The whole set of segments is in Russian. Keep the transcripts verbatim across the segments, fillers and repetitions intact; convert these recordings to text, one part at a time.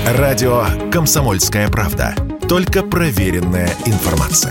Радио «Комсомольская правда». Только проверенная информация.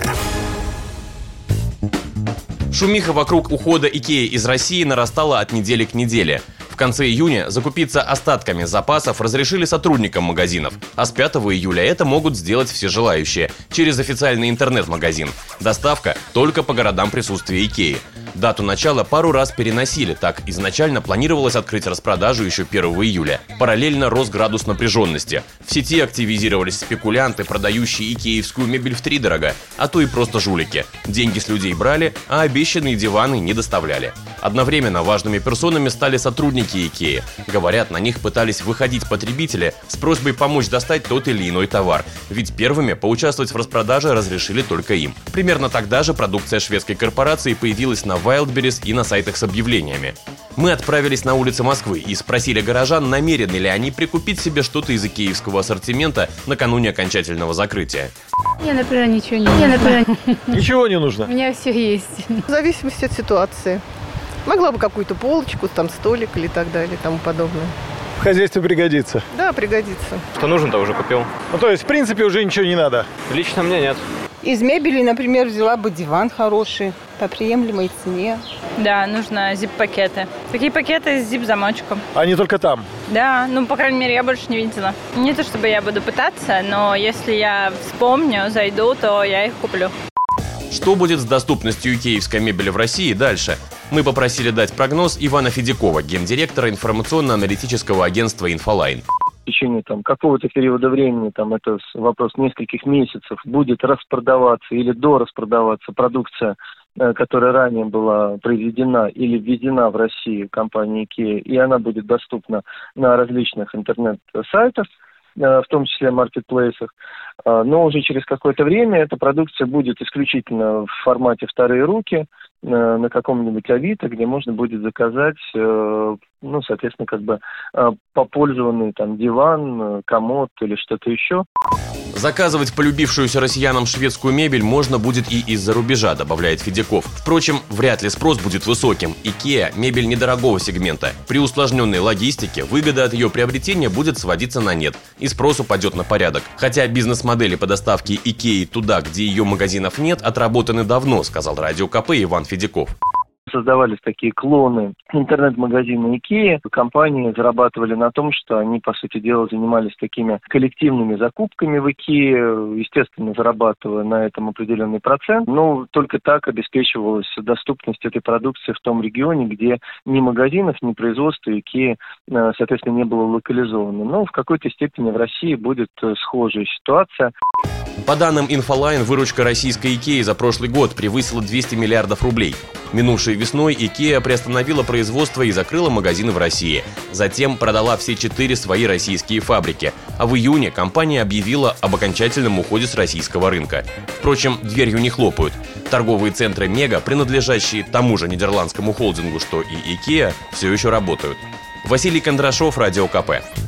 Шумиха вокруг ухода IKEA из России нарастала от недели к неделе. В конце июня закупиться остатками запасов разрешили сотрудникам магазинов, а с пятого июля это могут сделать все желающие через официальный интернет-магазин. Доставка только по городам присутствия IKEA. Дату начала пару раз переносили, так изначально планировалось открыть распродажу еще первого июля. Параллельно рос градус напряженности. В сети активизировались спекулянты, продающие икеевскую мебель втридорога, а то и просто жулики. Деньги с людей брали, а обещанные диваны не доставляли. Одновременно важными персонами стали сотрудники IKEA. Говорят, на них пытались выходить потребители с просьбой помочь достать тот или иной товар, ведь первыми поучаствовать в распродаже разрешили только им. Примерно тогда же продукция шведской корпорации появилась на Wildberries и на сайтах с объявлениями. Мы отправились на улицы Москвы и спросили горожан, намерены ли они прикупить себе что-то из икеевского ассортимента накануне окончательного закрытия. Мне, например, ничего не нужно. Например... Ничего не нужно? У меня все есть. В зависимости от ситуации. Могла бы какую-то полочку, там столик или так далее и тому подобное. В хозяйстве пригодится? Да, пригодится. Что нужно-то уже купил. Ну, то есть, в принципе, уже ничего не надо? Лично мне нет. Из мебели, например, взяла бы диван хороший, по приемлемой цене. Да, нужно зип-пакеты. Такие пакеты с зип-замочком. А не только там? Да, ну, по крайней мере, я больше не видела. Не то чтобы я буду пытаться, но если я вспомню, зайду, то я их куплю. Что будет с доступностью икеевской мебели в России дальше? Мы попросили дать прогноз Ивана Федякова, гендиректора информационно-аналитического агентства «Инфолайн». В течение там, какого-то периода времени, там, это вопрос нескольких месяцев, будет распродаваться или дораспродаваться продукция, которая ранее была произведена или введена в Россию компанией IKEA, и она будет доступна на различных интернет-сайтах, в том числе маркетплейсах. Но уже через какое-то время эта продукция будет исключительно в формате «вторые руки», на каком-нибудь Авито, где можно будет заказать, ну, соответственно, как бы попользованный там диван, комод или что-то еще. Заказывать полюбившуюся россиянам шведскую мебель можно будет и из-за рубежа, добавляет Федяков. Впрочем, вряд ли спрос будет высоким. IKEA – мебель недорогого сегмента. При усложненной логистике выгода от ее приобретения будет сводиться на нет, и спрос упадет на порядок. Хотя бизнес-модели по доставке IKEA туда, где ее магазинов нет, отработаны давно, сказал Радио КП Иван Федяков. Создавались такие клоны интернет-магазина IKEA. Компании зарабатывали на том, что они, по сути дела, занимались такими коллективными закупками в IKEA, естественно, зарабатывая на этом определенный процент. Но только так обеспечивалась доступность этой продукции в том регионе, где ни магазинов, ни производства IKEA, соответственно, не было локализовано. Но в какой-то степени в России будет схожая ситуация. По данным Инфолайн, выручка российской IKEA за прошлый год превысила двести миллиардов рублей. Минувшей весной IKEA приостановила производство и закрыла магазины в России. Затем продала все четыре свои российские фабрики. А в июне компания объявила об окончательном уходе с российского рынка. Впрочем, дверью не хлопают. Торговые центры «Мега», принадлежащие тому же нидерландскому холдингу, что и IKEA, все еще работают. Василий Кондрашов, Радио КП.